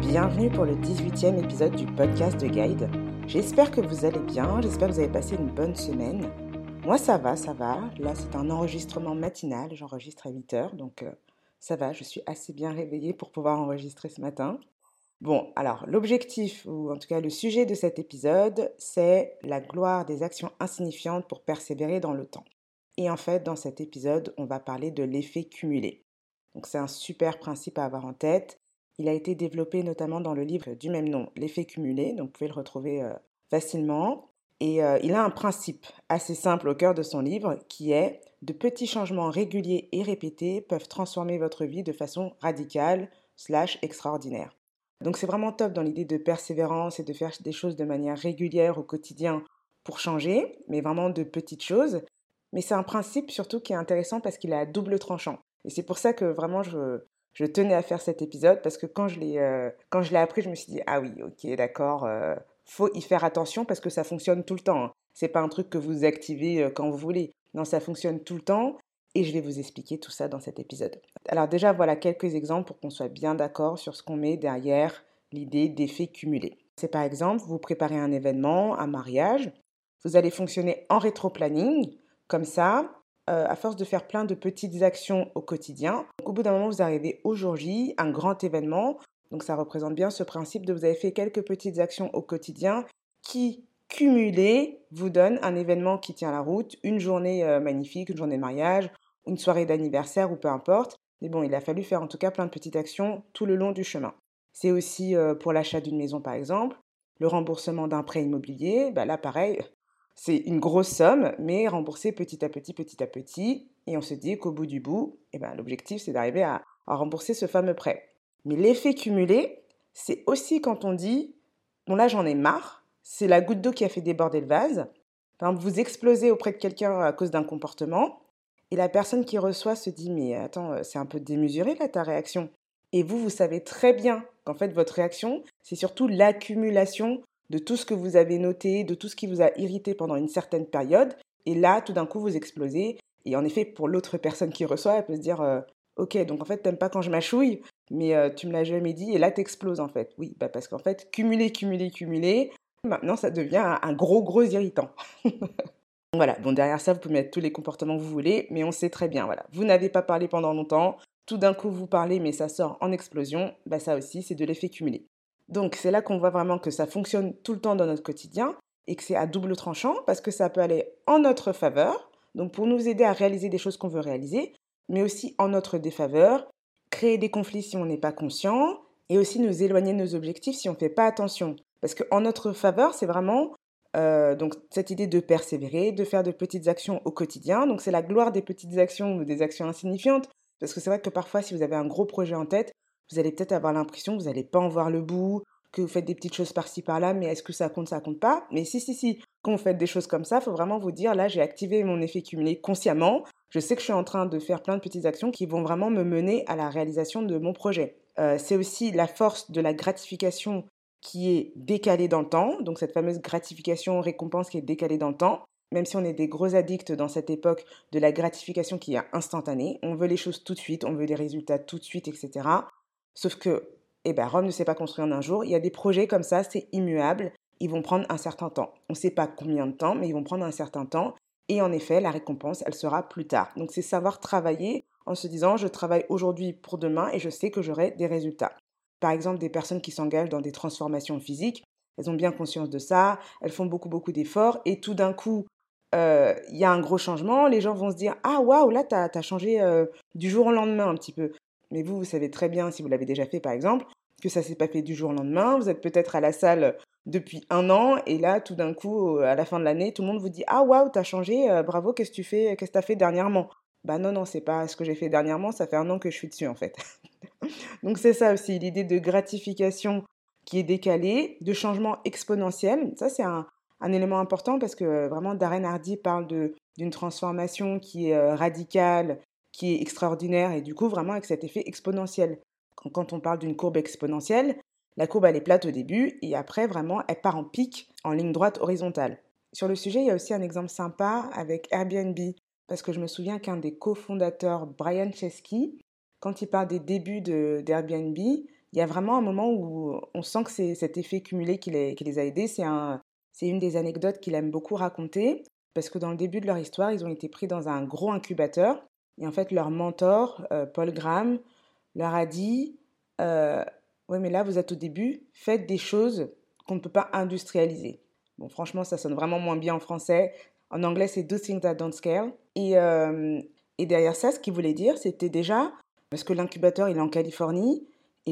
Bienvenue pour le 18e épisode du podcast de Guide. J'espère que vous allez bien, j'espère que vous avez passé une bonne semaine. Moi ça va. Là c'est un enregistrement matinal, j'enregistre à 8h, donc ça va, je suis assez bien réveillée pour pouvoir enregistrer ce matin. Bon, alors l'objectif, ou en tout cas le sujet de cet épisode, c'est la gloire des actions insignifiantes pour persévérer dans le temps. Et en fait, dans cet épisode, on va parler de l'effet cumulé. Donc c'est un super principe à avoir en tête. Il a été développé notamment dans le livre du même nom, L'effet cumulé, donc vous pouvez le retrouver facilement. Et il a un principe assez simple au cœur de son livre qui est « De petits changements réguliers et répétés peuvent transformer votre vie de façon radicale / extraordinaire ». Donc c'est vraiment top dans l'idée de persévérance et de faire des choses de manière régulière au quotidien pour changer, mais vraiment de petites choses. Mais c'est un principe surtout qui est intéressant parce qu'il est à double tranchant. Et c'est pour ça que vraiment je tenais à faire cet épisode parce que quand je l'ai appris, je me suis dit, ah oui, ok, d'accord, faut y faire attention parce que ça fonctionne tout le temps. Hein. C'est pas un truc que vous activez quand vous voulez. Non, ça fonctionne tout le temps et je vais vous expliquer tout ça dans cet épisode. Alors déjà, voilà quelques exemples pour qu'on soit bien d'accord sur ce qu'on met derrière l'idée d'effet cumulé. C'est par exemple, vous préparez un événement, un mariage, vous allez fonctionner en rétro-planning, comme ça, à force de faire plein de petites actions au quotidien. Donc, au bout d'un moment, vous arrivez au jour J, un grand événement. Donc ça représente bien ce principe de vous avez fait quelques petites actions au quotidien qui, cumulées, vous donnent un événement qui tient la route, une journée magnifique, une journée de mariage, une soirée d'anniversaire ou peu importe. Mais bon, il a fallu faire en tout cas plein de petites actions tout le long du chemin. C'est aussi pour l'achat d'une maison par exemple, le remboursement d'un prêt immobilier, bah là pareil, c'est une grosse somme, mais remboursée petit à petit, et on se dit qu'au bout du bout, eh ben, l'objectif c'est d'arriver à rembourser ce fameux prêt. Mais l'effet cumulé, c'est aussi quand on dit, bon là j'en ai marre, c'est la goutte d'eau qui a fait déborder le vase. Par exemple, vous explosez auprès de quelqu'un à cause d'un comportement, et la personne qui reçoit se dit, mais attends, c'est un peu démesuré là ta réaction. Et vous savez très bien qu'en fait votre réaction, c'est surtout l'accumulation de tout ce que vous avez noté, de tout ce qui vous a irrité pendant une certaine période. Et là, tout d'un coup, vous explosez. Et en effet, pour l'autre personne qui reçoit, elle peut se dire ok, donc en fait, t'aimes pas quand je mâchouille, mais tu me l'as jamais dit. Et là, t'exploses en fait. Oui, bah parce qu'en fait, cumuler, maintenant, ça devient un gros irritant. Voilà, bon, derrière ça, vous pouvez mettre tous les comportements que vous voulez, mais on sait très bien, voilà. Vous n'avez pas parlé pendant longtemps, tout d'un coup, vous parlez, mais ça sort en explosion. Bah ça aussi, c'est de l'effet cumulé. Donc c'est là qu'on voit vraiment que ça fonctionne tout le temps dans notre quotidien et que c'est à double tranchant parce que ça peut aller en notre faveur, donc pour nous aider à réaliser des choses qu'on veut réaliser, mais aussi en notre défaveur, créer des conflits si on n'est pas conscient et aussi nous éloigner de nos objectifs si on ne fait pas attention. Parce qu'en notre faveur, c'est vraiment donc cette idée de persévérer, de faire de petites actions au quotidien. Donc c'est la gloire des petites actions ou des actions insignifiantes. Parce que c'est vrai que parfois, si vous avez un gros projet en tête, vous allez peut-être avoir l'impression que vous n'allez pas en voir le bout, que vous faites des petites choses par-ci par-là, mais est-ce que ça compte pas? Mais si. Quand vous faites des choses comme ça, il faut vraiment vous dire, là, j'ai activé mon effet cumulé consciemment. Je sais que je suis en train de faire plein de petites actions qui vont vraiment me mener à la réalisation de mon projet. C'est aussi la force de la gratification qui est décalée dans le temps, donc cette fameuse gratification récompense qui est décalée dans le temps. Même si on est des gros addicts dans cette époque de la gratification qui est instantanée, on veut les choses tout de suite, on veut des résultats tout de suite, etc. Sauf que, Rome ne s'est pas construit en un jour. Il y a des projets comme ça, c'est immuable. Ils vont prendre un certain temps. On ne sait pas combien de temps, mais ils vont prendre un certain temps. Et en effet, la récompense, elle sera plus tard. Donc, c'est savoir travailler en se disant, je travaille aujourd'hui pour demain et je sais que j'aurai des résultats. Par exemple, des personnes qui s'engagent dans des transformations physiques, elles ont bien conscience de ça, elles font beaucoup d'efforts et tout d'un coup, il y a un gros changement, les gens vont se dire « Ah waouh, là, t'as changé du jour au lendemain un petit peu ». Mais vous savez très bien, si vous l'avez déjà fait par exemple, que ça ne s'est pas fait du jour au lendemain. Vous êtes peut-être à la salle depuis 1 an et là, tout d'un coup, à la fin de l'année, tout le monde vous dit « Ah waouh, t'as changé, bravo, qu'est-ce que tu fais, qu'est-ce que t'as fait dernièrement ?» Bah non, c'est pas ce que j'ai fait dernièrement, ça fait 1 an que je suis dessus en fait. Donc c'est ça aussi, l'idée de gratification qui est décalée, de changement exponentiel. Ça, c'est un élément important parce que vraiment, Darren Hardy parle d'une transformation qui est radicale, qui est extraordinaire et du coup, vraiment avec cet effet exponentiel. Quand on parle d'une courbe exponentielle, la courbe, elle est plate au début et après, vraiment, elle part en pic, en ligne droite horizontale. Sur le sujet, il y a aussi un exemple sympa avec Airbnb parce que je me souviens qu'un des cofondateurs, Brian Chesky, quand il parle des débuts d'Airbnb, il y a vraiment un moment où on sent que c'est cet effet cumulé qui les a aidés. C'est une des anecdotes qu'il aime beaucoup raconter, parce que dans le début de leur histoire, ils ont été pris dans un gros incubateur. Et en fait, leur mentor, Paul Graham, leur a dit, ouais, mais là, vous êtes au début, faites des choses qu'on ne peut pas industrialiser. Bon, franchement, ça sonne vraiment moins bien en français. En anglais, c'est Do things that don't scale. Et derrière ça, ce qu'il voulait dire, c'était déjà, parce que l'incubateur, il est en Californie, et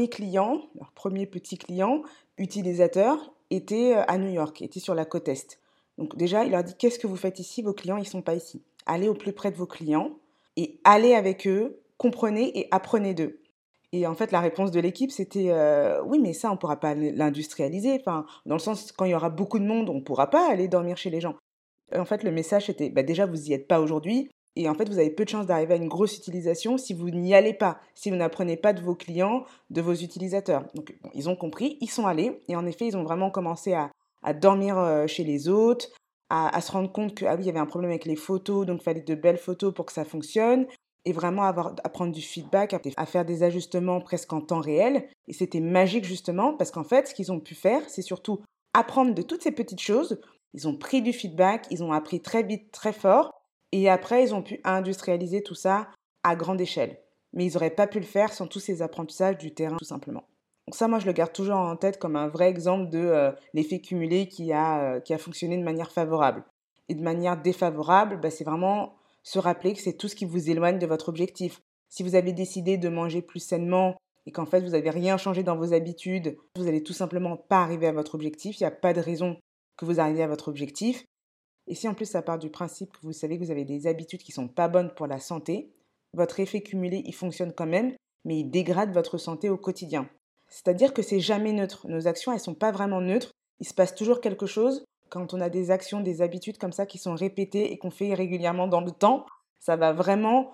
leur premier petit client utilisateur, était à New York, était sur la côte Est. Donc déjà, il leur dit, qu'est-ce que vous faites ici? Vos clients, ils ne sont pas ici. Allez au plus près de vos clients et allez avec eux, comprenez et apprenez d'eux. Et en fait, la réponse de l'équipe, c'était oui, mais ça, on ne pourra pas l'industrialiser. Enfin, dans le sens, quand il y aura beaucoup de monde, on ne pourra pas aller dormir chez les gens. En fait, le message, c'était bah, déjà, vous n'y êtes pas aujourd'hui. Et en fait, vous avez peu de chances d'arriver à une grosse utilisation si vous n'y allez pas, si vous n'apprenez pas de vos clients, de vos utilisateurs. Donc, bon, ils ont compris, ils sont allés. Et en effet, ils ont vraiment commencé à dormir chez les autres, à se rendre compte que, ah oui, il y avait un problème avec les photos, donc il fallait de belles photos pour que ça fonctionne et vraiment à prendre du feedback, à faire des ajustements presque en temps réel. Et c'était magique justement parce qu'en fait, ce qu'ils ont pu faire, c'est surtout apprendre de toutes ces petites choses. Ils ont pris du feedback, ils ont appris très vite, très fort, et après, ils ont pu industrialiser tout ça à grande échelle. Mais ils n'auraient pas pu le faire sans tous ces apprentissages du terrain, tout simplement. Donc ça, moi, je le garde toujours en tête comme un vrai exemple de l'effet cumulé qui a fonctionné de manière favorable. Et de manière défavorable, bah, c'est vraiment se rappeler que c'est tout ce qui vous éloigne de votre objectif. Si vous avez décidé de manger plus sainement et qu'en fait vous n'avez rien changé dans vos habitudes, vous n'allez tout simplement pas arriver à votre objectif. Il n'y a pas de raison que vous arriviez à votre objectif. Et si en plus ça part du principe que vous savez que vous avez des habitudes qui ne sont pas bonnes pour la santé, votre effet cumulé, il fonctionne quand même, mais il dégrade votre santé au quotidien. C'est-à-dire que c'est jamais neutre. Nos actions, elles ne sont pas vraiment neutres. Il se passe toujours quelque chose. Quand on a des actions, des habitudes comme ça qui sont répétées et qu'on fait régulièrement dans le temps, ça va vraiment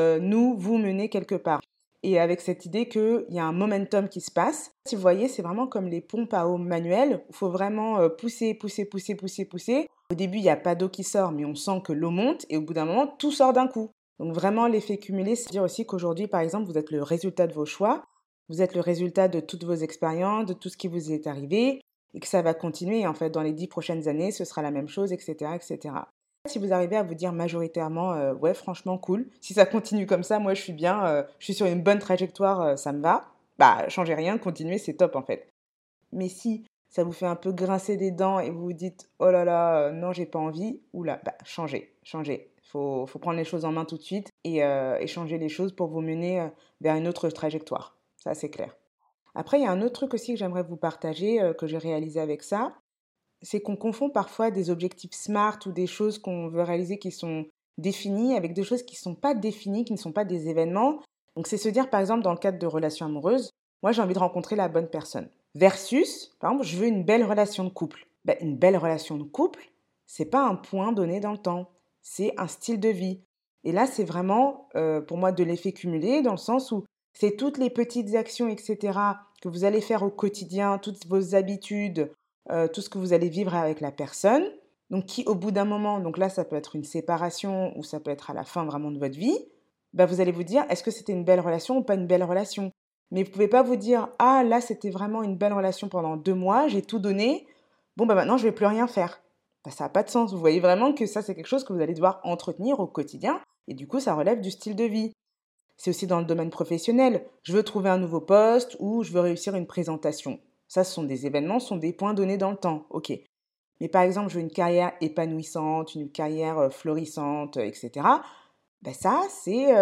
vous mener quelque part. Et avec cette idée qu'il y a un momentum qui se passe. Si vous voyez, c'est vraiment comme les pompes à eau manuelles. Il faut vraiment pousser, pousser, pousser, pousser, pousser. Au début, il n'y a pas d'eau qui sort, mais on sent que l'eau monte et au bout d'un moment, tout sort d'un coup. Donc vraiment, l'effet cumulé, c'est-à-dire aussi qu'aujourd'hui, par exemple, vous êtes le résultat de vos choix. Vous êtes le résultat de toutes vos expériences, de tout ce qui vous est arrivé, et que ça va continuer. En fait, dans les 10 prochaines années, ce sera la même chose, etc., etc. Si vous arrivez à vous dire majoritairement, ouais, franchement, cool. Si ça continue comme ça, moi, je suis bien, je suis sur une bonne trajectoire, ça me va. Bah, changez rien, continuez, c'est top, en fait. Mais si ça vous fait un peu grincer des dents et vous vous dites, oh là là, non, j'ai pas envie, oula, bah, changez, changez. Faut prendre les choses en main tout de suite et changer les choses pour vous mener vers une autre trajectoire. Ça, c'est clair. Après, il y a un autre truc aussi que j'aimerais vous partager, que j'ai réalisé avec ça, c'est qu'on confond parfois des objectifs SMART ou des choses qu'on veut réaliser qui sont définies avec des choses qui ne sont pas définies, qui ne sont pas des événements. Donc c'est se dire, par exemple, dans le cadre de relations amoureuses, moi j'ai envie de rencontrer la bonne personne. Versus, par exemple, je veux une belle relation de couple. Ben, une belle relation de couple, c'est pas un point donné dans le temps, c'est un style de vie. Et là, c'est vraiment, pour moi, de l'effet cumulé, dans le sens où c'est toutes les petites actions, etc., que vous allez faire au quotidien, toutes vos habitudes, tout ce que vous allez vivre avec la personne, donc qui au bout d'un moment, donc là ça peut être une séparation ou ça peut être à la fin vraiment de votre vie, bah, vous allez vous dire est-ce que c'était une belle relation ou pas une belle relation. Mais vous ne pouvez pas vous dire ah là c'était vraiment une belle relation pendant 2 mois, j'ai tout donné, bon bah maintenant je ne vais plus rien faire. Bah, ça n'a pas de sens. Vous voyez vraiment que ça c'est quelque chose que vous allez devoir entretenir au quotidien et du coup ça relève du style de vie. C'est aussi dans le domaine professionnel. Je veux trouver un nouveau poste ou je veux réussir une présentation. Ça, ce sont des événements, ce sont des points donnés dans le temps. Ok. Mais par exemple, je veux une carrière épanouissante, une carrière florissante, etc. Ben ça, c'est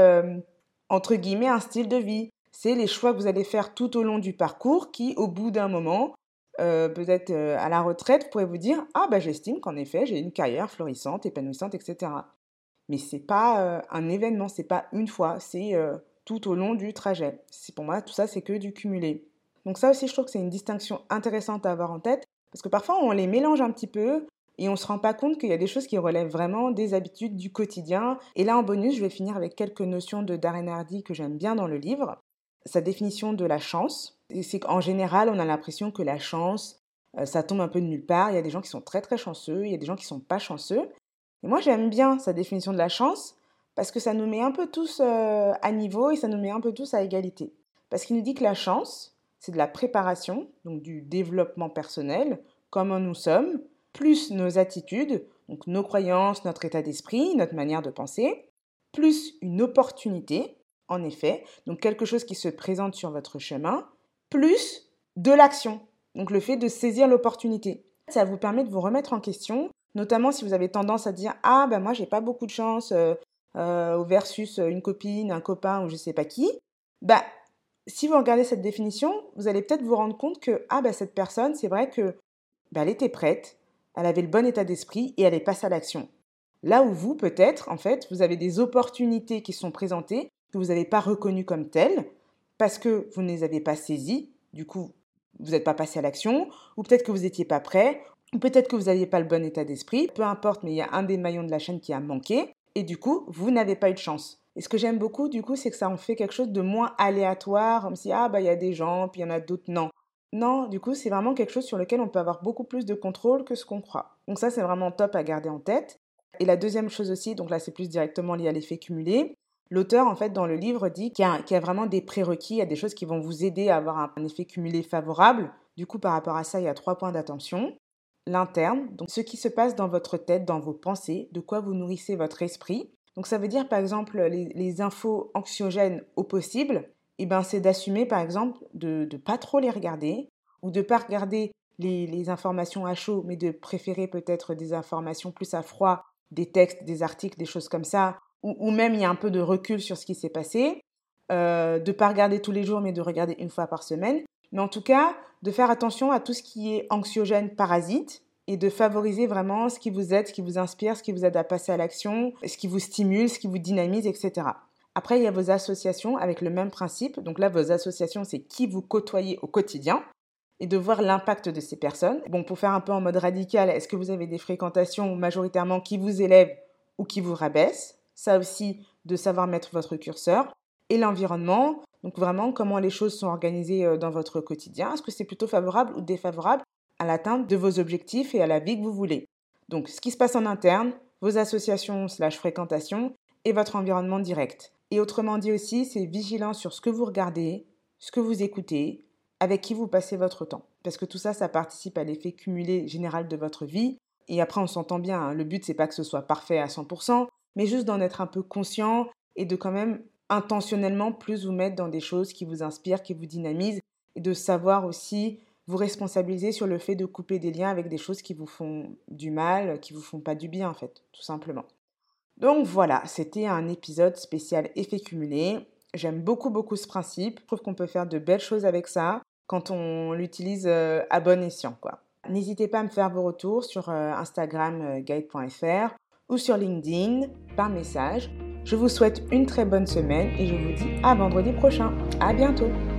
entre guillemets un style de vie. C'est les choix que vous allez faire tout au long du parcours qui, au bout d'un moment, peut-être à la retraite, vous pourrez vous dire ah ben j'estime qu'en effet j'ai une carrière florissante, épanouissante, etc. Mais c'est pas un événement, c'est pas une fois, c'est tout au long du trajet. Pour moi, tout ça, c'est que du cumulé. Donc ça aussi, je trouve que c'est une distinction intéressante à avoir en tête, parce que parfois, on les mélange un petit peu et on ne se rend pas compte qu'il y a des choses qui relèvent vraiment des habitudes du quotidien. Et là, en bonus, je vais finir avec quelques notions de Darren Hardy que j'aime bien dans le livre. Sa définition de la chance, c'est qu'en général, on a l'impression que la chance, ça tombe un peu de nulle part. Il y a des gens qui sont très très chanceux, il y a des gens qui ne sont pas chanceux. Et moi, j'aime bien sa définition de la chance parce que ça nous met un peu tous à niveau et ça nous met un peu tous à égalité. Parce qu'il nous dit que la chance, c'est de la préparation, donc du développement personnel, comment nous sommes, plus nos attitudes, donc nos croyances, notre état d'esprit, notre manière de penser, plus une opportunité, en effet, donc quelque chose qui se présente sur votre chemin, plus de l'action, donc le fait de saisir l'opportunité. Ça vous permet de vous remettre en question, notamment si vous avez tendance à dire « Ah, ben moi, j'ai pas beaucoup de chance versus une copine, un copain ou je sais pas qui. » Bah, si vous regardez cette définition, vous allez peut-être vous rendre compte que ah, bah, cette personne, c'est vrai que elle était prête, elle avait le bon état d'esprit et elle est passée à l'action. Là où vous, peut-être, en fait, vous avez des opportunités qui sont présentées que vous n'avez pas reconnues comme telles parce que vous ne les avez pas saisies. Du coup, vous n'êtes pas passé à l'action, ou peut-être que vous n'étiez pas prêt, ou peut-être que vous n'aviez pas le bon état d'esprit. Peu importe, mais il y a un des maillons de la chaîne qui a manqué et du coup, vous n'avez pas eu de chance. Et ce que j'aime beaucoup, du coup, c'est que ça en fait quelque chose de moins aléatoire, comme si, ah, bah, il y a des gens, puis il y en a d'autres, non. Non, du coup, c'est vraiment quelque chose sur lequel on peut avoir beaucoup plus de contrôle que ce qu'on croit. Donc ça, c'est vraiment top à garder en tête. Et la deuxième chose aussi, donc là, c'est plus directement lié à l'effet cumulé. L'auteur, en fait, dans le livre, dit qu'il y a vraiment des prérequis, il y a des choses qui vont vous aider à avoir un effet cumulé favorable. Du coup, par rapport à ça, il y a 3 points d'attention. L'interne, donc ce qui se passe dans votre tête, dans vos pensées, de quoi vous nourrissez votre esprit. Donc ça veut dire, par exemple, les infos anxiogènes au possible, eh ben, c'est d'assumer, par exemple, de ne pas trop les regarder ou de ne pas regarder les informations à chaud, mais de préférer peut-être des informations plus à froid, des textes, des articles, des choses comme ça, ou même il y a un peu de recul sur ce qui s'est passé, de ne pas regarder tous les jours, mais de regarder une fois par semaine. Mais en tout cas, de faire attention à tout ce qui est anxiogène, parasite, et de favoriser vraiment ce qui vous aide, ce qui vous inspire, ce qui vous aide à passer à l'action, ce qui vous stimule, ce qui vous dynamise, etc. Après, il y a vos associations avec le même principe. Donc là, vos associations, c'est qui vous côtoyez au quotidien et de voir l'impact de ces personnes. Bon, pour faire un peu en mode radical, est-ce que vous avez des fréquentations majoritairement qui vous élèvent ou qui vous rabaissent? Ça aussi, de savoir mettre votre curseur. Et l'environnement, donc vraiment comment les choses sont organisées dans votre quotidien. Est-ce que c'est plutôt favorable ou défavorable à l'atteinte de vos objectifs et à la vie que vous voulez? Donc, ce qui se passe en interne, vos associations / fréquentations et votre environnement direct. Et autrement dit aussi, c'est vigilant sur ce que vous regardez, ce que vous écoutez, avec qui vous passez votre temps. Parce que tout ça, ça participe à l'effet cumulé général de votre vie. Et après, on s'entend bien, hein, le but, c'est pas que ce soit parfait à 100%, mais juste d'en être un peu conscient et de quand même intentionnellement plus vous mettre dans des choses qui vous inspirent, qui vous dynamisent, et de savoir aussi vous responsabiliser sur le fait de couper des liens avec des choses qui vous font du mal, qui vous font pas du bien en fait, tout simplement. Donc voilà, c'était un épisode spécial effet cumulé. J'aime beaucoup beaucoup ce principe. Je trouve qu'on peut faire de belles choses avec ça quand on l'utilise à bon escient, quoi. N'hésitez pas à me faire vos retours sur Instagram guide.fr ou sur LinkedIn par message. Je vous souhaite une très bonne semaine et je vous dis à vendredi prochain. À bientôt!